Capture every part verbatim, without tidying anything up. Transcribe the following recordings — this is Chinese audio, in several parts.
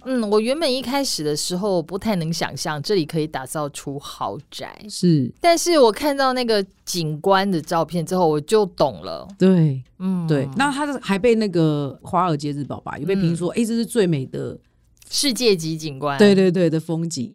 嗯，我原本一开始的时候不太能想象这里可以打造出豪宅， 是， 但是我看到那个景观的照片之后我就懂了。 对， 嗯， 对，那他还被那个《华尔街日报》吧有被评说，哎、嗯欸，这是最美的世界级景观， 对对对的风景。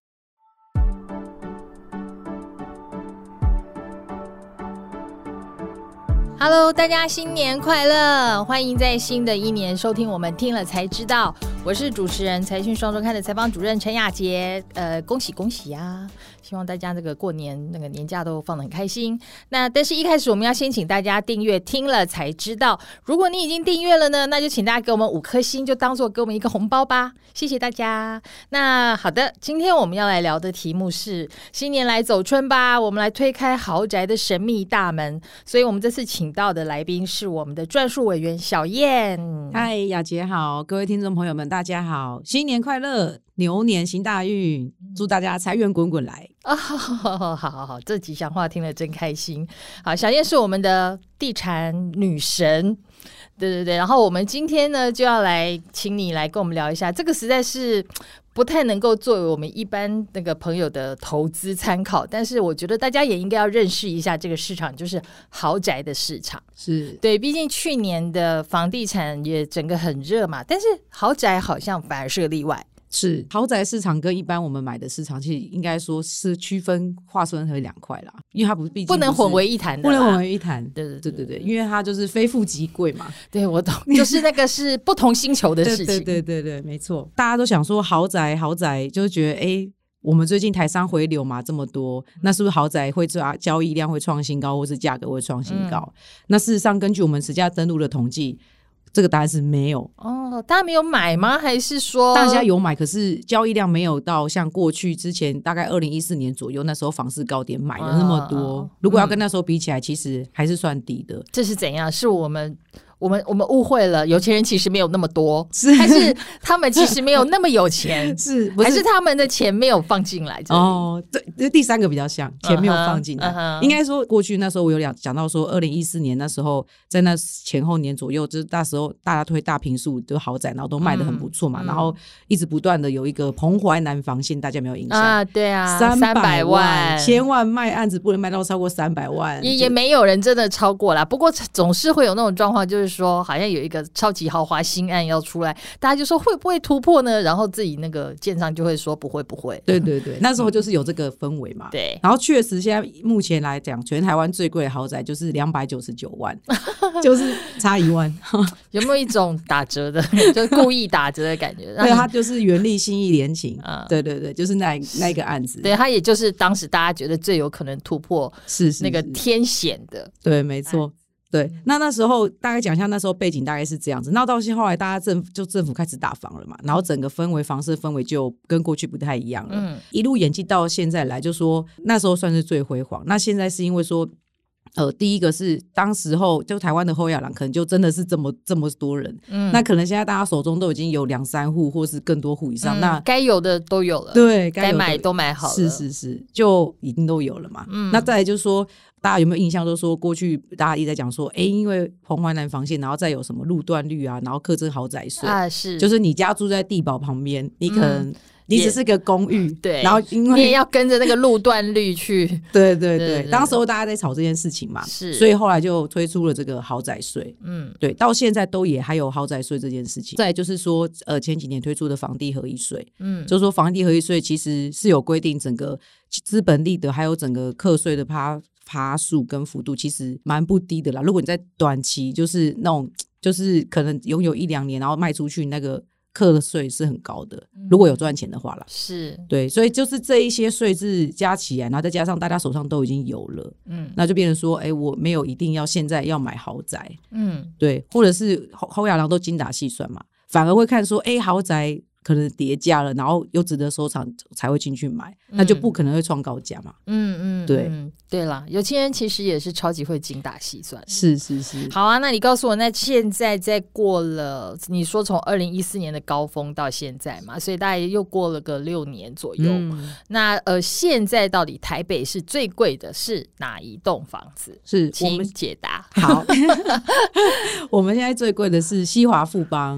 Hello， 大家新年快乐！欢迎在新的一年收听我们听了才知道，我是主持人财讯双周刊的采访主任陈雅洁。呃，恭喜恭喜啊！希望大家这个过年那个年假都放得很开心。那但是一开始我们要先请大家订阅听了才知道。如果你已经订阅了呢，那就请大家给我们五颗星，就当做给我们一个红包吧。谢谢大家。那好的，今天我们要来聊的题目是新年来走春吧，我们来推开豪宅的神秘大门。所以我们这次请到的来宾是我们的专属委员小燕。 嗨，雅洁好，各位听众朋友们大家好，新年快乐，牛年行大运，祝大家财源滚滚来。 哦，好好好好，这吉祥话听了真开心。好，小燕是我们的地产女神，对对对。然后我们今天呢就要来请你来跟我们聊一下，这个实在是不太能够作为我们一般那个朋友的投资参考，但是我觉得大家也应该要认识一下这个市场，就是豪宅的市场。 是， 对，毕竟去年的房地产也整个很热嘛，但是豪宅好像反而是个例外。 是，豪宅市场跟一般我们买的市场其实应该说是区分划分成两块啦，因为它不毕竟不能混为一谈的， 不能混为一谈。 对对对 对, 对, 对， 因为它就是非富即贵嘛。 对，我懂，就是那个是不同星球的事情。 对对对对对，没错。大家都想说豪宅豪宅，就是觉得哎，我们最近台商回流嘛这么多，那是不是豪宅会交易量会创新高，或是价格会创新高？嗯、那事实上，根据我们实价登录的统计，这个答案是没有。 哦，大家没有买吗？还是说大家有买，可是交易量没有到像过去之前大概二零一四年左右那时候房市高点买的那么多、哦、如果要跟那时候比起来、嗯、其实还是算低的。 这是怎样？是我们我们我们误会了，有钱人其实没有那么多，是还是他们其实没有那么有钱？是不是还是他们的钱没有放进来这里？哦， 对，第三个比较像，钱没有放进来。Uh-huh, uh-huh. 应该说过去那时候我有讲到说，二零一四年那时候在那前后年左右，就是那时候大家推大坪数的豪宅，然后都卖得很不错嘛、嗯，然后一直不断的有一个彭淮南防线，大家没有印象啊？对啊， 三百万，千万卖案子不能卖到超过三百万， 也也没有人真的超过啦。不过总是会有那种状况，就是说好像有一个超级豪华新案要出来，大家就说会不会突破呢？然后自己那个建商就会说不会不会。 对对对，那时候就是有这个氛围嘛。 对， 然后确实现在目前来讲，全台湾最贵的豪宅就是两百九十九万，就是差一万。 有没有一种打折的，就是故意打折的感觉？ 对，它就是原力信义联勤、嗯、对对对，就是那那个案子。 对，它也就是当时大家觉得最有可能突破是那个天险的。 是是是对，没错。对，那那时候大概讲一下那时候背景大概是这样子，那到后来大家政就政府开始打房了嘛，然后整个氛围房市氛围就跟过去不太一样了、嗯、一路演进到现在来，就说那时候算是最辉煌，那现在是因为说呃，第一个是当时候就台湾的后亚郎可能就真的是这么这么多人、嗯、那可能现在大家手中都已经有两三户或是更多户以上、嗯、那该有的都有了， 对， 该买都买好了， 是是是，就已经都有了嘛、嗯、那再来就是说大家有没有印象，就是说过去大家一直在讲说哎，因为彭淮南防线，然后再有什么路段率啊，然后课征豪宅税啊，是就是你家住在地堡旁边，你可能、嗯你只是个公寓，对，然后因为你也要跟着那个路段率去， 对对 对, 对, 对，当时候大家在吵这件事情嘛，是，所以后来就推出了这个豪宅税，嗯，对，到现在都也还有豪宅税这件事情。再来就是说，呃，前几年推出的房地合一税，嗯，就是说房地合一税其实是有规定整个资本利得还有整个课税的趴趴数跟幅度，其实蛮不低的啦。如果你在短期就是那种就是可能拥有一两年，然后卖出去那个。课的税是很高的，如果有赚钱的话啦，是对，所以就是这一些税制加起来，然后再加上大家手上都已经有了，嗯，那就变成说，哎、欸，我没有一定要现在要买豪宅，嗯，对，或者是后亚郎都精打细算嘛，反而会看说，哎、欸，豪宅可能跌价了，然后又值得收藏才会进去买，那就不可能会创高价嘛。嗯嗯，对嗯对啦，有钱人其实也是超级会精打细算。 是是是。 好啊，那你告诉我，那现在在过了，你说从二零一四年的高峰到现在嘛，所以大概又过了个六年左右。嗯、那呃，现在到底台北市最贵的是哪一栋房子？ 是， 请解答。 好，我们现在最贵的是西华富邦。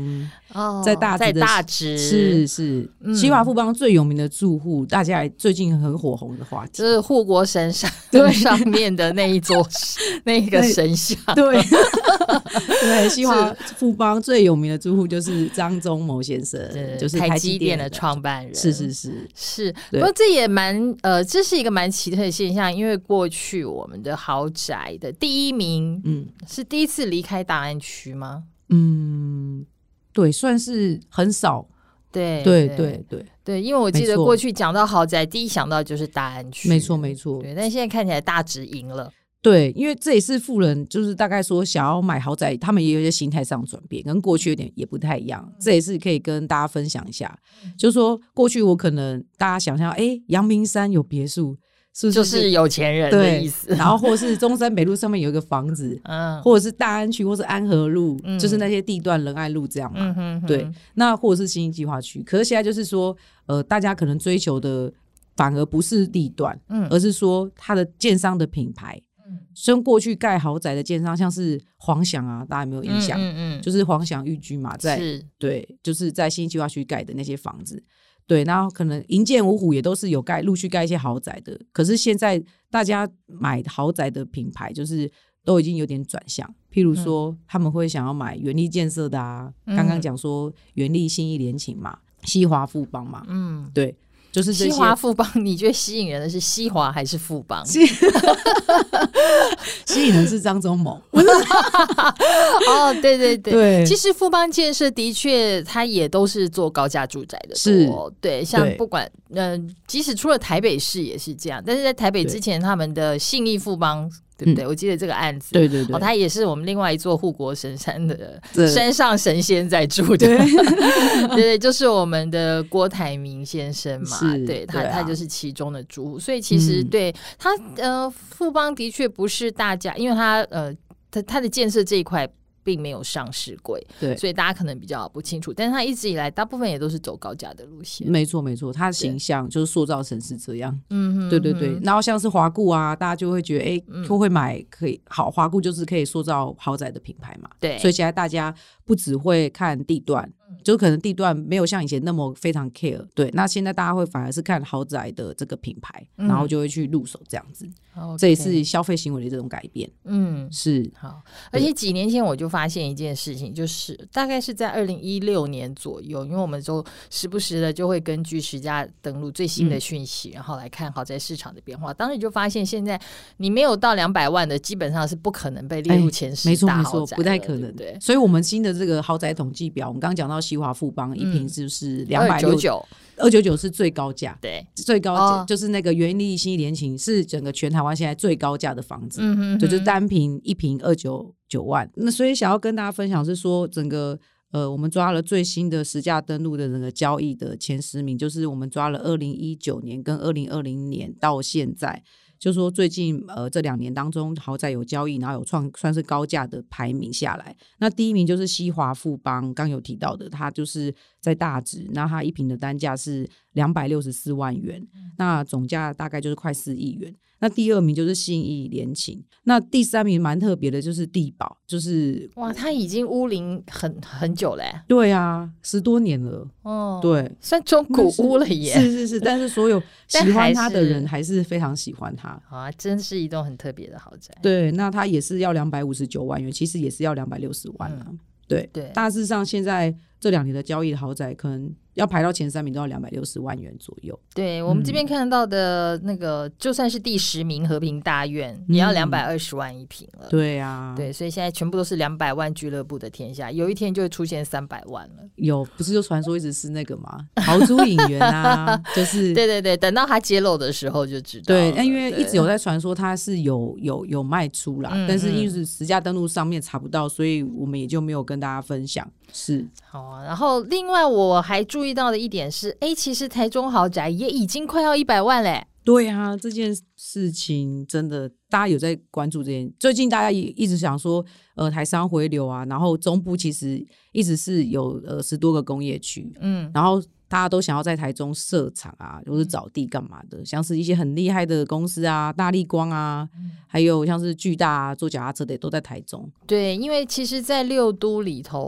哦， 在大直的在大直是是、嗯、西华富邦最有名的住户，大家最近很火红的话题， 就是护国神山上面的那一座那一个神像。 对对，西华富邦最有名的住户就是张忠谋先生，就是台积电的创办人。 是是是是，不过这也蛮呃，这是一个蛮奇特的现象，因为过去我们的豪宅的第一名，嗯，是第一次离开大安区吗？ 嗯，对，算是很少。 对对对对对，因为我记得过去讲到豪宅，第一想到就是大安区， 没错没错。 对，但现在看起来大直赢了。 对，因为这也是富人，就是大概说想要买豪宅，他们也有一些心态上转变，跟过去有点也不太一样。这也是可以跟大家分享一下，就是说过去我可能大家想象，哎，阳明山有别墅。是不是就是有钱人的意思？ 然后或是中山北路上面有一个房子，嗯，或者是大安区，或是安和路，嗯、就是那些地段仁爱路这样嘛。嗯、哼哼对，那或者是新兴计划区。可是现在就是说，呃，大家可能追求的反而不是地段，嗯，而是说它的建商的品牌。嗯，跟过去盖豪宅的建商，像是黄翔啊，大家有没有印象？嗯嗯嗯就是黄翔寓居嘛，在对，就是在新兴计划区盖的那些房子。对，然后可能营建五虎也都是有盖陆续盖一些豪宅的，可是现在大家买豪宅的品牌就是都已经有点转向，譬如说、嗯、他们会想要买元力建设的啊，嗯、刚刚讲说元力信义联勤嘛，西华富邦嘛，嗯，对，就是这些。 西华富邦，你觉得吸引人的是西华还是富邦？ 吸引人是张忠谋。 哦，对对 对, 对， 其实富邦建设的确，它也都是做高价住宅的多， 是， 对，像不管呃，即使除了台北市也是这样，但是在台北之前，他们的信义富邦。对不对、嗯？我记得这个案子， 对对对， 哦，他也是我们另外一座护国神山的山上神仙在住的，对对对，就是我们的郭台铭先生嘛，对他、啊、他就是其中的住户，所以其实、嗯、对他呃，富邦的确不是大家，因为他呃，他他的建设这一块。并没有上市柜，对，所以大家可能比较不清楚。但是他一直以来，大部分也都是走高价的路线。 没错，没错，他的形象就是塑造成是这样。嗯哼，对对对。然后像是华固啊，大家就会觉得，哎、欸，都会买可以好，华固就是可以塑造豪宅的品牌嘛。对，所以现在大家不只会看地段。就可能地段没有像以前那么非常 care， 对，那现在大家会反而是看豪宅的这个品牌、嗯、然后就会去入手这样子、okay. 这也是消费行为的这种改变。嗯，是好。而且几年前我就发现一件事情，就是大概是在二零一六年左右，因为我们就时不时的就会根据实价登录最新的讯息、嗯、然后来看豪宅市场的变化。当时就发现现在你没有到两百万的基本上是不可能被列入前十大豪宅、欸、 不太可能， 对。 所以我们新的这个豪宅统计表，我们刚刚讲到西华富邦一坪就是两百六十九，二九九是最高价， 对， 最高价、哦、就是那个元力信义联勤是整个全台湾现在最高价的房子，嗯哼哼，就是单坪一坪二九九万。那所以想要跟大家分享是说，整个呃我们抓了最新的实价登录的整个交易的前十名，就是我们抓了二零一九年跟二零二零年到现在。就说最近呃这两年当中豪宅有交易，然后有创算是高价的排名下来，那第一名就是西华富邦，刚有提到的，它就是在大直，那它一坪的单价是两百六十四万元、嗯、那总价大概就是快四亿元。那第二名就是信义联勤，那第三名蛮特别的就是地保，就是哇它已经屋龄很很久嘞、欸、 对啊，十多年了哦，对， 算中古屋了耶， 是是是，但是所有喜欢它的人还是非常喜欢它啊，真是一栋很特别的豪宅。 对，那它也是要两百五十九万元，其实也是要两百六十万啊、嗯、对对，大致上现在这两年的交易的豪宅可能要排到前三名都要两百六十万元左右。 对，我们这边看到的那个、嗯、就算是第十名和平大院也要两百二十万一坪了、嗯、 对啊， 对，所以现在全部都是两百万俱乐部的天下，有一天就会出现三百万了。 有，不是就传说一直是那个吗？豪猪引援啊就是对对对，等到他揭露的时候就知道。 对，因为一直有在传说他是有有有卖出啦、嗯、但是因为实价登录上面查不到，所以我们也就没有跟大家分享。是， 好啊。然后另外我还注意到的一点是，哎，其实台中豪宅也已经快要一百万嘞。 对啊，这件事情真的大家有在关注这件，最近大家也一直想说呃台商回流啊，然后中部其实一直是有呃十多个工业区，嗯，然后大家都想要在台中设厂啊，或是找地干嘛的、嗯、像是一些很厉害的公司啊，大立光啊、嗯、还有像是巨大啊做脚踏车的也都在台中。 对，因为其实在六都里头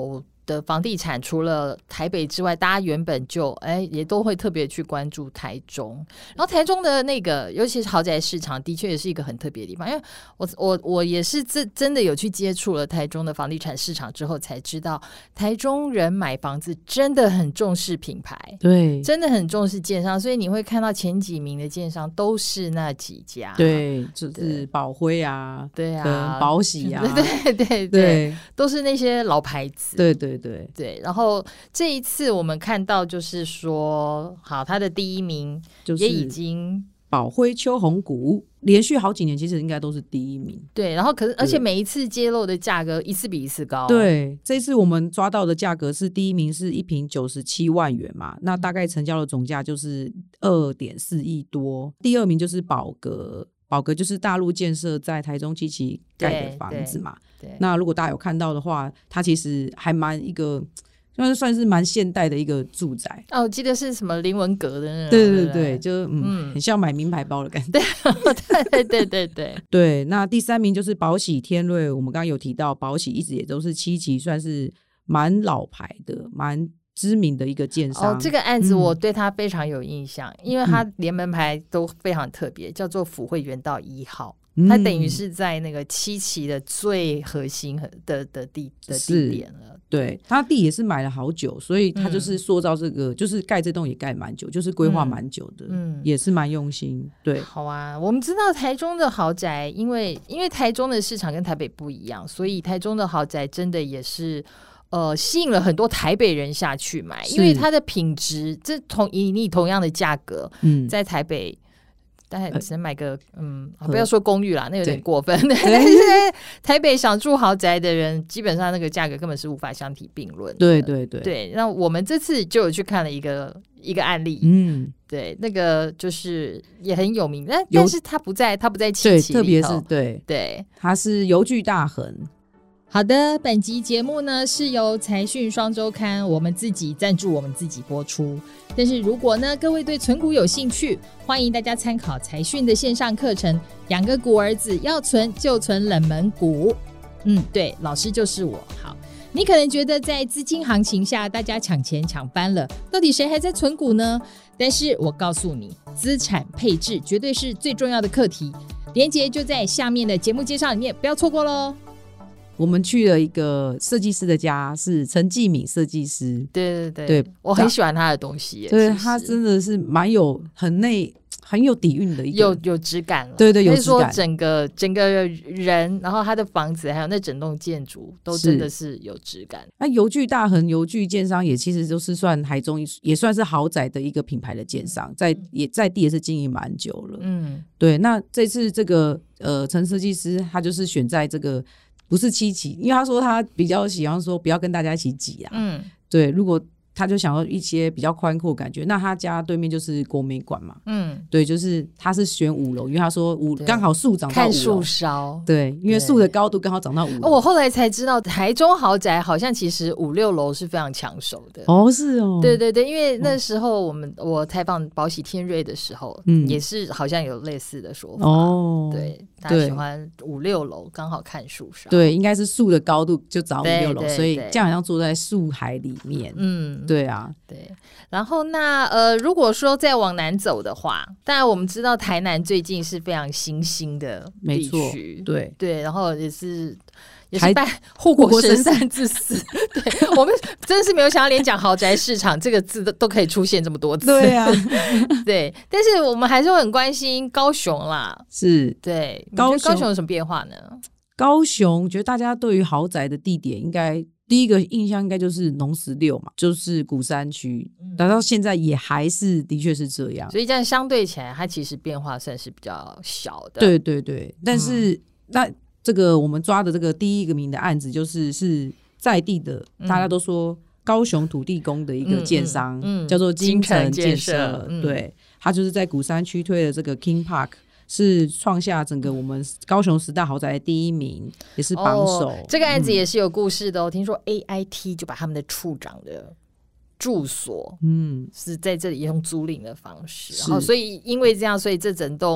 的房地产除了台北之外，大家原本就哎也都会特别去关注台中，然后台中的那个尤其是豪宅市场的确也是一个很特别的地方，因为我我我也是真真的有去接触了台中的房地产市场之后才知道，台中人买房子真的很重视品牌， 对， 真的很重视建商，所以你会看到前几名的建商都是那几家， 对，就是宝辉啊， 对啊， 宝喜啊， 对对 对, 对，都是那些老牌子， 对对对对。然后这一次我们看到就是说，好，他的第一名也已经宝辉秋红谷，连续好几年其实应该都是第一名。 对，然后可是而且每一次揭露的价格一次比一次高。 对，这次我们抓到的价格是第一名是一坪九十七万元嘛，那大概成交的总价就是二点四亿多。第二名就是宝格。宝格就是大陆建设在台中七期盖的房子嘛，那如果大家有看到的话，它其实还蛮一个算算是蛮现代的一个住宅哦，我记得是什么林文阁的那种， 对对对对，就 嗯, 嗯很像买名牌包的感觉， 对对对对对。那第三名就是宝喜天瑞，我们刚刚有提到宝喜一直也都是七期算是蛮老牌的蛮知名的一个建商。 哦，这个案子我对他非常有印象，嗯、因为他连门牌都非常特别，叫做府会园道一号，嗯、它等于是在那个七期的最核心的的地的地点了。 对，他地也是买了好久，所以他就是塑造这个，嗯、就是盖这栋也盖蛮久，就是规划蛮久的，嗯，也是蛮用心。对， 好啊，我们知道台中的豪宅，因为因为台中的市场跟台北不一样，所以台中的豪宅真的也是。呃，吸引了很多台北人下去买，因为它的品质，这同以你同样的价格，嗯，在台北大概只能买个嗯、呃，不要说公寓啦，那有点过分。但是台北想住豪宅的人，基本上那个价格根本是无法相提并论。 对对对对，那我们这次就有去看了一个一个案例，嗯，对，那个就是也很有名，但但是他不在，他不在七期里头， 特别是对对， 他是邮具大亨。 好的，本集节目呢是由财讯双周刊我们自己赞助我们自己播出，但是如果呢各位对存股有兴趣，欢迎大家参考财讯的线上课程，养个股儿子，要存就存冷门股。嗯，对，老师就是我。好，你可能觉得在资金行情下大家抢钱抢翻了，到底谁还在存股呢？但是我告诉你，资产配置绝对是最重要的课题，连结就在下面的节目介绍里面，不要错过咯。 我们去了一个设计师的家，是陈继敏设计师。 对对 对, 对，我很喜欢他的东西。 对，他真的是蛮有很内很有底蕴的一个， 有有质感了。 对对，有质感。 可以说整个整个人，然后他的房子，还有那整栋建筑，都真的是有质感。 那邮具大亨、邮具建商也其实都是算台中也算是豪宅的一个品牌的建商，在也在地也是经营蛮久了。嗯，对。那这次这个呃陈设计师，他就是选在这个。不是七期，因为他说他比较喜欢说不要跟大家一起挤啊。嗯，对，如果他就想要一些比较宽阔感觉，那他家对面就是国美馆嘛。嗯，对，就是他是选五楼，因为他说五刚好树长到五楼， 看树梢。 对，因为树的高度刚好长到五楼。 我后来才知道，台中豪宅好像其实五六楼是非常抢手的。 哦，是哦。 对对对，因为那时候我们我采访宝喜天瑞的时候，嗯，也是好像有类似的说法。哦，对。大家喜欢五六楼，刚好看树梢。 对，应该是树的高度就长五六楼，所以这样好像坐在树海里面。嗯，对啊， 对。然后那呃，如果说再往南走的话，当然我们知道台南最近是非常新兴的地区， 对对，然后也是。也是拜护国神山之死，对，我们真是没有想到，连讲豪宅市场这个字都都可以出现这么多次， 对啊， 对。但是我们还是会很关心高雄啦， 是， 对。高雄高雄有什么变化呢？ 高雄，觉得大家对于豪宅的地点，应该第一个印象应该就是农十六嘛，就是鼓山区，但到现在也还是的确是这样， 所以这样相对起来，它其实变化算是比较小的。 对对对，但是、嗯、那。这个我们抓的这个第一个名的案子，就是是在地的，嗯、大家都说高雄土地公的一个建商，嗯嗯嗯、叫做金城建设。嗯、对，他就是在鼓山区推的这个 King Park， 是创下整个我们高雄十大豪宅的第一名，也是榜首。哦、 这个案子也是有故事的哦。嗯、听说 A I T 就把他们的处长的住所，嗯，是在这里用租赁的方式，然后所以因为这样，所以这整栋。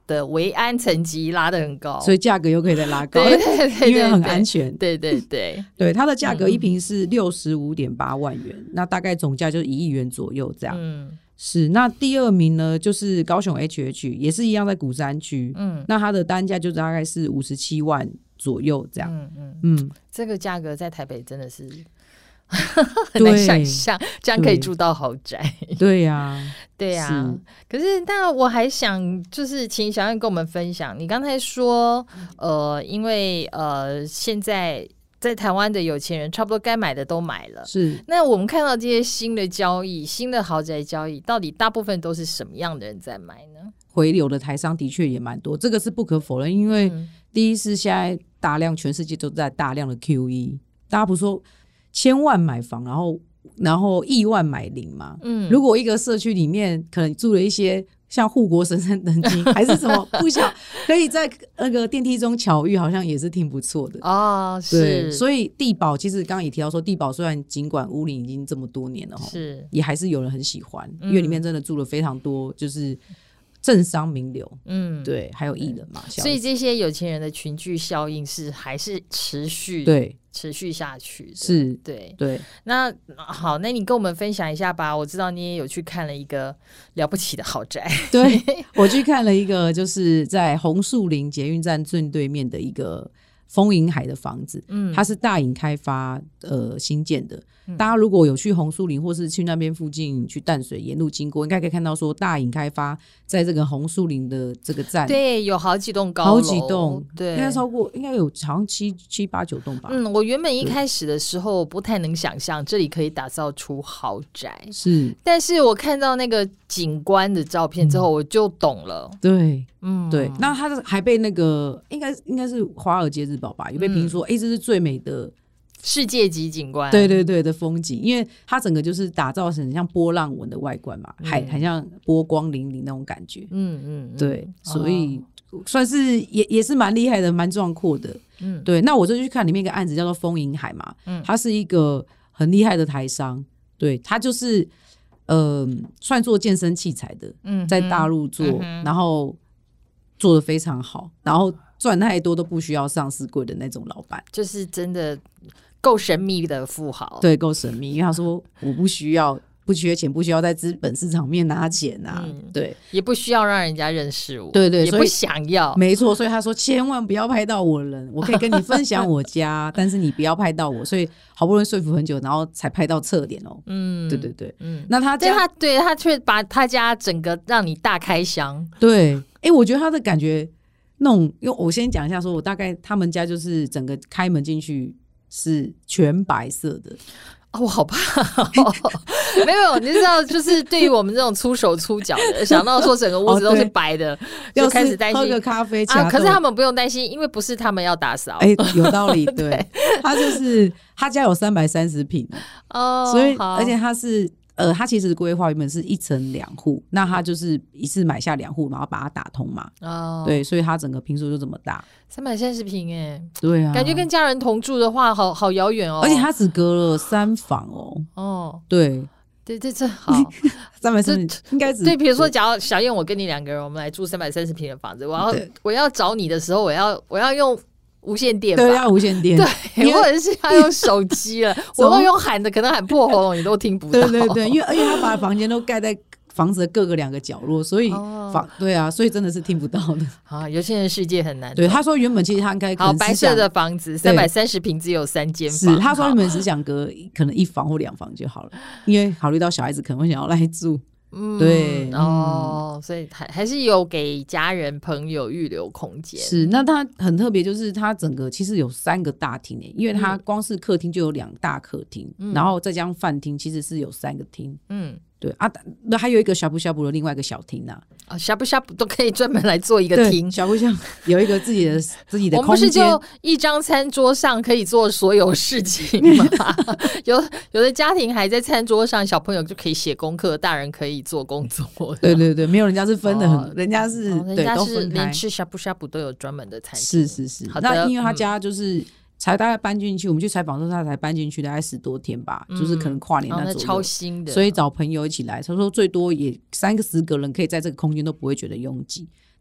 的维安层级拉得很高， 所以价格又可以再拉高， 对对对对对， 因为很安全。 对对对对，它的价格一瓶是六十五点八万元、嗯，那大概总价就是一亿元左右这样。嗯，是。那第二名呢，就是高雄 H H， 也是一样在鼓山区。嗯，那它的单价就大概是五十七万左右这样。嗯嗯嗯， 这个价格在台北真的是很难想象，这样可以住到豪宅。 对呀、啊， 对呀、啊。可是，那我还想就是请小燕跟我们分享，你刚才说，呃，因为呃，现在在台湾的有钱人差不多该买的都买了， 是。 那我们看到这些新的交易、新的豪宅交易，到底大部分都是什么样的人在买呢？ 回流的台商的确也蛮多，这个是不可否认。因为第一是现在大量全世界都在大量的 Q E， 大家不是说千万买房，然后然后亿万买零嘛。嗯，如果一个社区里面可能住了一些像护国神山等级还是什么不晓，可以在那个电梯中巧遇，好像也是挺不错的哦。是， 所以地保其实刚刚也提到说，地保虽然尽管屋龄已经这么多年了，是也还是有人很喜欢，因为里面真的住了非常多，就是政商名流，嗯，对，还有艺人嘛， 所以这些有钱人的群聚效应是还是持续对持续下去的， 是， 对对。 那好，那你跟我们分享一下吧。我知道你也有去看了一个了不起的豪宅， 对，我去看了一个，就是在红树林捷运站正对面的一个丰银海的房子，嗯，它是大隐开发呃新建的。大家如果有去红树林或是去那边附近去淡水沿路经过，应该可以看到说大隐开发在这个红树林的这个站， 对，有好几栋高楼， 好几栋， 对， 应该超过，应该有好像七七八九栋吧。 嗯，我原本一开始的时候不太能想象这里可以打造出豪宅， 是， 但是我看到那个景观的照片之后，我就懂了。 嗯、对，嗯，对，那它还被那个应该应该是华尔街日报吧，有被评说，哎、嗯，这是最美的。 世界级景观， 对对对的风景，因为它整个就是打造成像波浪纹的外观嘛，嗯、还很像波光粼粼那种感觉。嗯嗯，对，所以算是也也是蛮厉害的，蛮壮阔的。嗯，对。那我就去看里面一个案子，叫做丰银海嘛，嗯，它是一个很厉害的台商，对，他就是呃，算做健身器材的，嗯，在大陆做，嗯、然后做得非常好，然后赚太多都不需要上市柜的那种老板， 就是真的。够神秘的富豪， 对，够神秘，因为他说我不需要，不缺钱，不需要在资本市场面拿钱啊，嗯、对， 也不需要让人家认识我， 对对， 也不想要， 没错，所以他说千万不要拍到我人，我可以跟你分享我家，但是你不要拍到我，所以好不容易说服很久，然后才拍到侧脸哦，嗯，对对对，嗯，那他家他对他却把他家整个让你大开箱， 对，哎、欸，我觉得他的感觉那种，因为我先讲一下，说我大概他们家就是整个开门进去。是全白色的哦，我好怕、哦、没有，你知道，就是对于我们这种粗手粗脚的，想到说整个屋子都是白的，哦、就开始担心喝个咖啡啊。可是他们不用担心，因为不是他们要打扫。 哎、欸，有道理，对，对他就是他家有三百三十坪哦，所以而且他是。呃，他其实规划原本是一层两户，那他就是一次买下两户，然后把它打通嘛。哦，对，所以他整个坪数就这么大， 三百三十平哎， 对啊， 感觉跟家人同住的话，好好遥远哦。 而且他只隔了三房哦。哦，对， 对对这好， 三百三十应该只对。比如说，假如小燕我跟你两个人，我们来住三百三十平的房子，我要我要找你的时候，我要我要用。无线电吧， 对，要无线电， 对，或者是要用手机了，我都用喊的，可能喊破喉咙你都听不到。 对对对，因为而且他把房间都盖在房子的各个两个角落，所以房、哦、对啊，所以真的是听不到的。 啊，有些人世界很难。 对，他说原本其实他应该好白色的房子，三百三十平只有三间房。 是，他说原本是想隔可能一房或两房就好了，因为考虑到小孩子可能会想要来住。嗯，对哦、嗯，所以还还是有给家人朋友预留空间。 是，那它很特别，就是它整个其实有三个大厅诶，因为它光是客厅就有两大客厅、嗯，然后再加上饭厅，其实是有三个厅。嗯，对啊，那还有一个呷哺呷哺的另外一个小厅啊。 啊，呷哺呷哺都可以专门来做一个厅， 呷哺呷哺有一个自己的自己的空间。我们不是就一张餐桌上可以做所有事情吗？有有的家庭还在餐桌上，小朋友就可以写功课，大人可以做工作。 对对对，没有人家是分的很，哦、人家是、哦、 人家是连吃呷哺呷哺都有专门的餐厅。 是是是，好的。那因为他家就是。嗯才大概搬进去，我们去采访的时候，他才搬进去大概十多天吧、嗯，就是可能跨年那左右、 哦、那超新的， 所以找朋友一起来。他说最多也三个十个人可以在这个空间都不会觉得拥挤。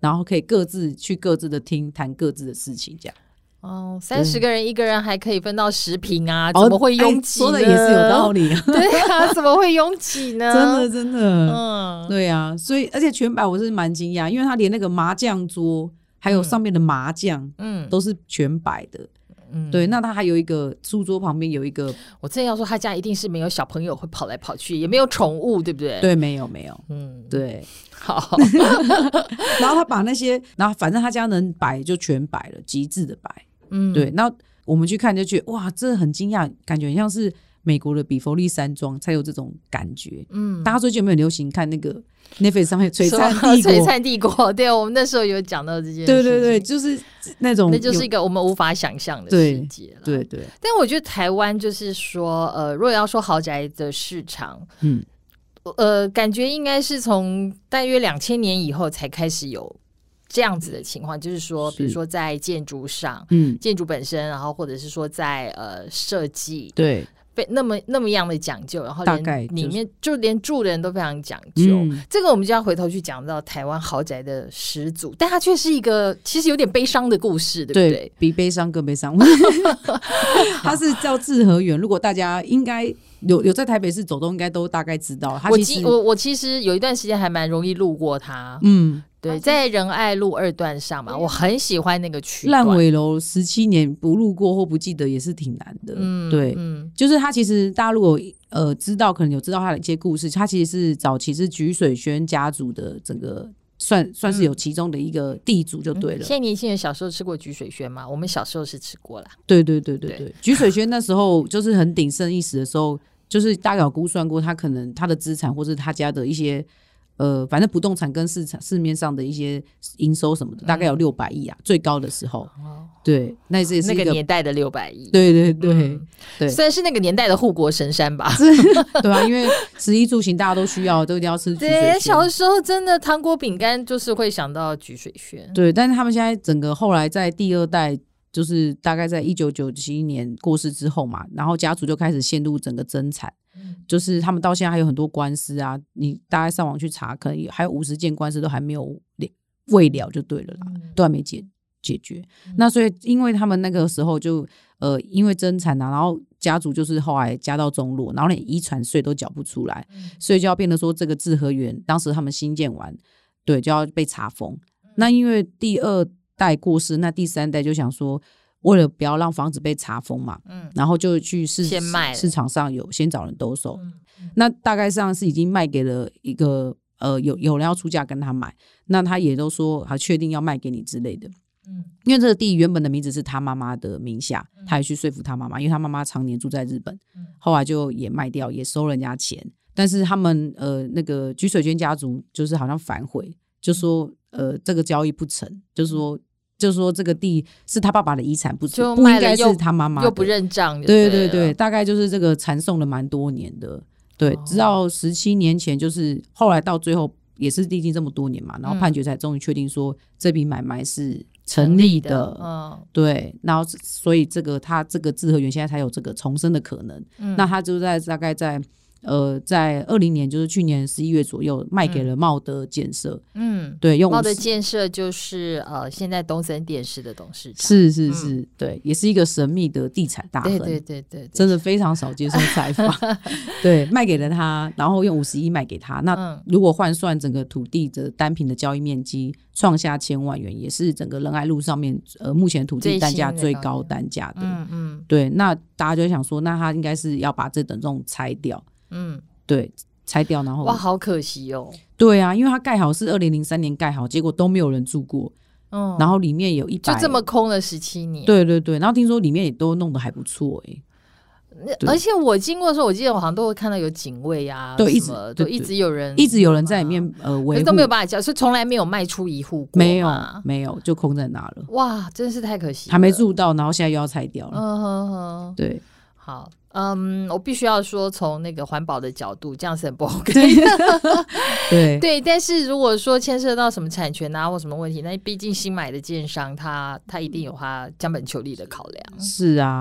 然后可以各自去各自的厅谈各自的事情这样。 哦，三十个人一个人还可以分到十坪啊，怎么会拥挤呢？ 哦哎、说的也是有道理啊。 对啊，怎么会拥挤呢？ 真的真的，嗯，对啊，所以而且全白我是蛮惊讶，因为他连那个麻将桌还有上面的麻将，嗯，都是全白的。嗯，对，那他还有一个书桌旁边有一个， 我正要说他家一定是没有小朋友会跑来跑去，也没有宠物，对不对？ 对，没有没有，嗯，对， 好。 然后他把那些，然后反正他家能摆就全摆了，极致的摆。嗯，对，那我们去看就觉得哇，这很惊讶，感觉很像是美国的比佛利山庄才有这种感觉。嗯，大家最近有没有流行看那个 Netflix 上面璀璨帝国？ 璀璨帝国，对，我们那时候有讲到这件事情。 对对对，就是那种， 那就是一个我们无法想象的世界了。 对 对, 对。 但我觉得台湾就是说，呃，如果要说豪宅的市场，嗯，呃，感觉应该是从大约两千年以后才开始有这样子的情况，就是说比如说在建筑上，嗯，建筑本身，然后或者是说在呃设计， 对， 被那么那么样的讲究，然后连里面就连住的人都非常讲究，嗯，这个我们就要回头去讲到台湾豪宅的始祖，但它却是一个其实有点悲伤的故事，对不对？ 对，比悲伤更悲伤。它是叫致和园，如果大家应该有有在台北市走动，应该都大概知道。它其实我我我其实有一段时间还蛮容易路过它，嗯。对，在仁爱路二段上嘛，我很喜欢那个区段。 烂尾楼十七年不路过或不记得也是挺难的。嗯，对，嗯，就是他其实大家如果呃知道，可能有知道他的一些故事，他其实是早期是菊水轩家族的整个算算是有其中的一个地主就对了。嗯， 现在年轻人小时候吃过菊水轩吗？我们小时候是吃过啦。 对对对对 对, 对，菊水轩那时候就是很鼎盛一时的时候，就是大概有估算过他可能他的资产或是他家的一些。呃，反正不动产跟市场市面上的一些营收什么的，嗯，大概有六百亿啊，最高的时候，哦，对，那也是那个年代的六百亿， 对对对，嗯，对， 虽然是那个年代的护国神山吧， 对啊，因为食衣住行大家都需要，都一定要吃菊水轩。 对，小时候真的糖果饼干就是会想到菊水轩， 对，但是他们现在整个后来在第二代。就是大概在一九九七年过世之后嘛，然后家族就开始陷入整个争产，嗯，就是他们到现在还有很多官司啊，你大概上网去查，可能还有五十件官司都还没有未了就对了啦，嗯，都还没解解决，嗯。那所以因为他们那个时候就呃因为争产啊，然后家族就是后来家道中落，然后连遗产税都缴不出来，嗯，所以就要变得说这个致和园当时他们新建完，对，就要被查封，嗯。那因为第二代过世，那第三代就想说，为了不要让房子被查封嘛，嗯，然后就去市先卖市场上有先找人兜售，嗯嗯，那大概上是已经卖给了一个呃有有人要出价跟他买，那他也都说还确定要卖给你之类的，嗯，因为这个地原本的名字是他妈妈的名下，嗯，他也去说服他妈妈，因为他妈妈常年住在日本，嗯，后来就也卖掉，也收人家钱，但是他们呃那个菊水轩家族就是好像反悔，就说。呃，这个交易不成，就是说，就是说，这个地是他爸爸的遗产，不就不应该是他妈妈的， 又不认账。 对对对，大概就是这个缠讼了蛮多年的，对，哦，直到十七年前，就是后来到最后也是历经这么多年嘛，然后判决才终于确定说这笔买卖是成立的，的嗯，对，然后所以这个他这个致和园现在才有这个重生的可能，嗯，那他就在大概在。呃，在二零年，就是去年十一月左右，卖给了茂德建设。嗯，对，用茂德建设就是呃，现在东森电视的董事长。 是是是，嗯，对，也是一个神秘的地产大亨。 对对对 对, 对， 真的非常少接受采访。对，卖给了他，然后用五十亿卖给他。那如果换算整个土地的单品的交易面积，创下千万元，也是整个仁爱路上面呃目前土地单价最高单价的。嗯嗯，对，那大家就想说，那他应该是要把这等栋拆掉。嗯，对，拆掉，然后哇，好可惜哦。 对啊，因为它盖好是二零零三年盖好，结果都没有人住过。嗯，然后里面有一百， 就这么空了十七年。 对对对，然后听说里面也都弄得还不错哎， 欸。而且我经过的时候，我记得我好像都会看到有警卫啊， 对，一直对，一直有人， 一直有人在里面呃维护， 都没有办法交，所以从来没有卖出一户过， 没有没有，就空在那了。 哇，真是太可惜了， 还没住到，然后现在又要拆掉了。嗯哼哼，对， 好。嗯，我必须要说，从那个环保的角度，这样是很不 OK 的。 对对，但是如果说牵涉到什么产权啊或什么问题，那毕竟新买的建商他他一定有他将本求利的考量。 是啊，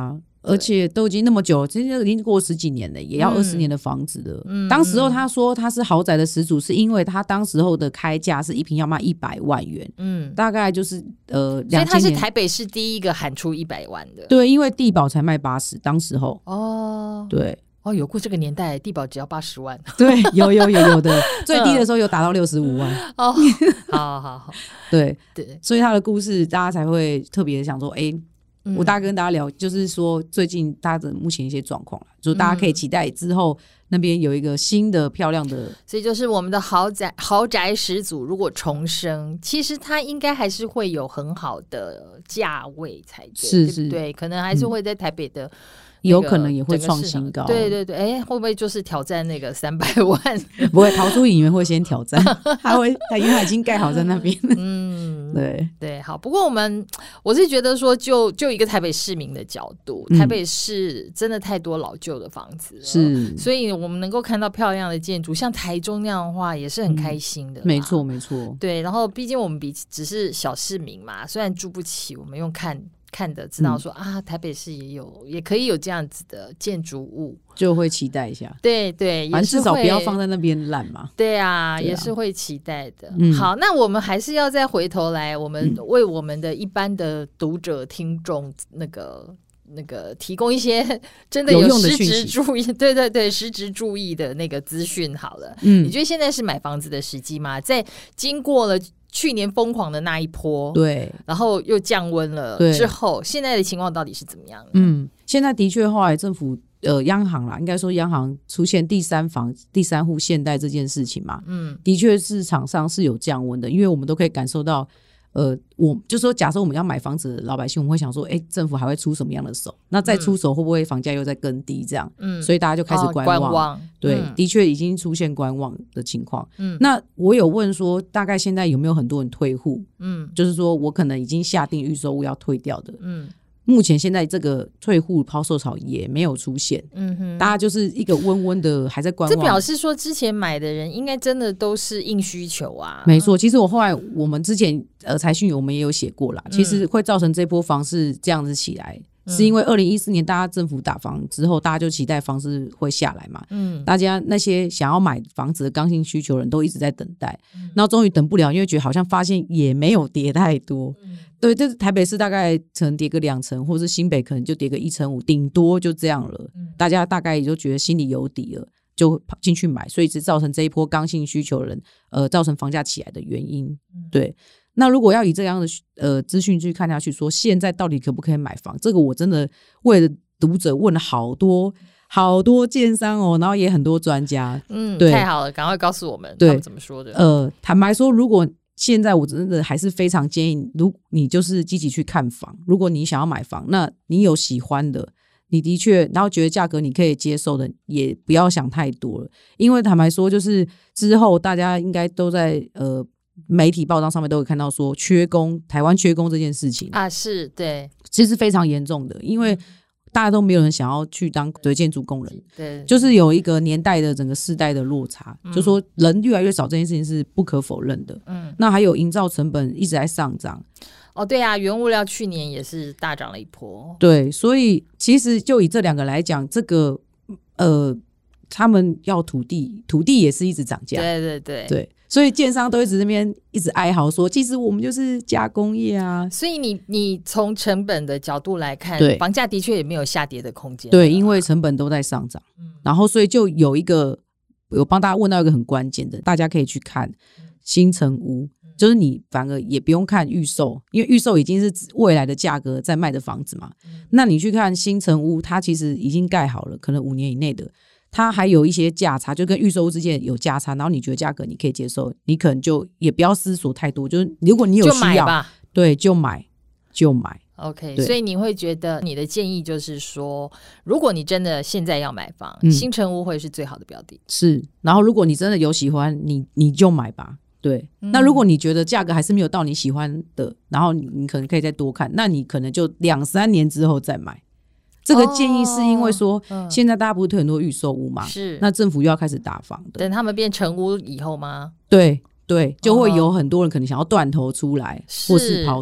而且都已经那么久，其实已经过十几年了，也要二十年的房子了。嗯，当时候他说他是豪宅的始祖，是因为他当时候的开价是一坪要卖一百万元。嗯，大概就是呃， 所以他是台北市第一个喊出一百万的。 对，因为地保才卖八十，当时候哦， 对。 哦，有过这个年代，地保只要八十万。 对，有有有有的，最低的时候有达到六十五万。 哦，好好好， 对对，所以他的故事大家才会特别想说，哎、欸嗯，我大概跟大家聊，就是说最近大家的目前一些状况，就是大家可以期待之后、嗯、那边有一个新的漂亮的， 所以就是我们的豪宅豪宅始祖如果重生，其实它应该还是会有很好的价位才对， 是是， 对不对？可能还是会在台北的。嗯有可能也会创新高， 对对对，哎，会不会就是挑战那个三百万？ 不会，逃出影园会先挑战，他会，他因为他已经盖好在那边。 嗯， 对对，好。不过我们我是觉得说就，就就一个台北市民的角度，台北市真的太多老旧的房子了， 是， 所以我们能够看到漂亮的建筑，像台中那样的话，也是很开心的、嗯。 没错，没错。 对，然后毕竟我们比只是小市民嘛，虽然住不起，我们用看。看的知道说、嗯、啊，台北市也有，也可以有这样子的建筑物， 就会期待一下。 对对， 反正至少不要放在那边烂嘛。 对啊，对啊，也是会期待的、嗯。好，那我们还是要再回头来，我们为我们的一般的读者听众那个。那个提供一些真的有实质注意，对对对，实质注意的那个资讯好了。嗯，你觉得现在是买房子的时机吗？在经过了去年疯狂的那一波， 对， 然后又降温了之后，现在的情况到底是怎么样？ 嗯，现在的确后来政府呃央行啦，应该说央行出现第三房第三户限贷这件事情嘛，嗯，的确市场上是有降温的，因为我们都可以感受到。呃，我就说，假设我们要买房子的老百姓，我们会想说，哎、欸，政府还会出什么样的手？那再出手会不会房价又再更低？这样，嗯，所以大家就开始观望。哦、观望对、嗯，的确已经出现观望的情况。嗯，那我有问说，大概现在有没有很多人退户？嗯，就是说我可能已经下定预售屋要退掉的。嗯。目前现在这个退户抛售潮也没有出现，嗯哼，大家就是一个温温的还在观望。 这表示说之前买的人应该真的都是硬需求啊。 没错，其实我后来我们之前呃财讯我们也有写过啦、嗯，其实会造成这波房市这样子起来。嗯、是因为二零一四年大家政府打房之后，大家就期待房市会下来嘛。嗯，大家那些想要买房子的刚性需求人都一直在等待，嗯、然后终于等不了，因为觉得好像发现也没有跌太多。嗯、对，就是台北市大概可能跌个两成，或是新北可能就跌个一成五，顶多就这样了。嗯、大家大概也就觉得心里有底了，就进去买，所以只造成这一波刚性需求人，呃，造成房价起来的原因。嗯、对。那如果要以这样的呃资讯去看下去，说现在到底可不可以买房？这个我真的为了读者问了好多好多建商哦，然后也很多专家， 嗯，对，太好了，赶快告诉我们他们怎么说的。 呃，坦白说，如果现在我真的还是非常建议，如你就是积极去看房。如果你想要买房，那你有喜欢的，你的确，然后觉得价格你可以接受的，也不要想太多了，因为坦白说，就是之后大家应该都在呃。媒体报章上面都会看到说缺工，台湾缺工这件事情啊，是对， 其实非常严重的，因为大家都没有人想要去当建筑工人， 对， 就是有一个年代的整个世代的落差，嗯、就说人越来越少这件事情是不可否认的。嗯，那还有营造成本一直在上涨。 哦，对啊，原物料去年也是大涨了一波。 对，所以其实就以这两个来讲，这个呃，他们要土地，土地也是一直涨价。 对对对对。所以建商都一直这边一直哀嚎说，其实我们就是加工业啊。 所以你你从成本的角度来看，房价的确也没有下跌的空间。 对，因为成本都在上涨、嗯，然后所以就有一个，有帮大家问到一个很关键的，大家可以去看新成屋，嗯、就是你反而也不用看预售，因为预售已经是未来的价格在卖的房子嘛。嗯、那你去看新成屋，它其实已经盖好了，可能五年以内的。它还有一些价差，就跟预售屋之间有价差，然后你觉得价格你可以接受，你可能就也不要思索太多，就是如果你有需要， 就买吧， 对，就买就买。 OK， 所以你会觉得你的建议就是说，如果你真的现在要买房，嗯、新成屋会是最好的标的。 是，然后如果你真的有喜欢，你你就买吧。对、嗯，那如果你觉得价格还是没有到你喜欢的，然后 你, 你可能可以再多看，那你可能就两三年之后再买。这个建议是因为说、哦嗯、现在大家不是推很多预售屋嘛，是，那政府又要开始打房的， 等他们变成屋以后吗？ 对对，就会有很多人可能想要断头出来、哦、或是抛售，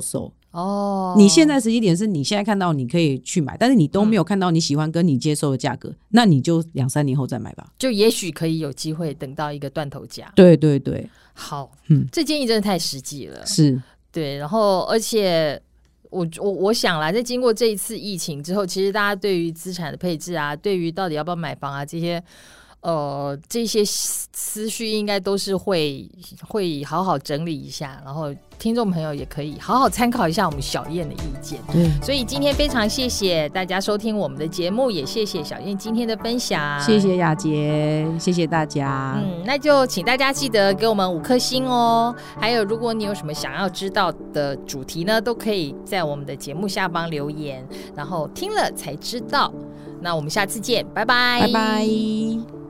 哦，你现在时机点是你现在看到你可以去买，但是你都没有看到你喜欢跟你接受的价格、嗯、那你就两三年后再买吧， 就也许可以有机会等到一个断头价。 对对对， 好，嗯，这建议真的太实际了， 是， 对，然后而且我我我想啦，在经过这一次疫情之后，其实大家对于资产的配置啊，对于到底要不要买房啊这些呃，这些思绪应该都是会会好好整理一下，然后听众朋友也可以好好参考一下我们小燕的意见。对，所以今天非常谢谢大家收听我们的节目，也谢谢小燕今天的分享。 谢谢雅洁，谢谢大家。 嗯，那就请大家记得给我们五颗星哦。还有，如果你有什么想要知道的主题呢，都可以在我们的节目下方留言，然后听了才知道。那我们下次见，拜拜， 拜拜。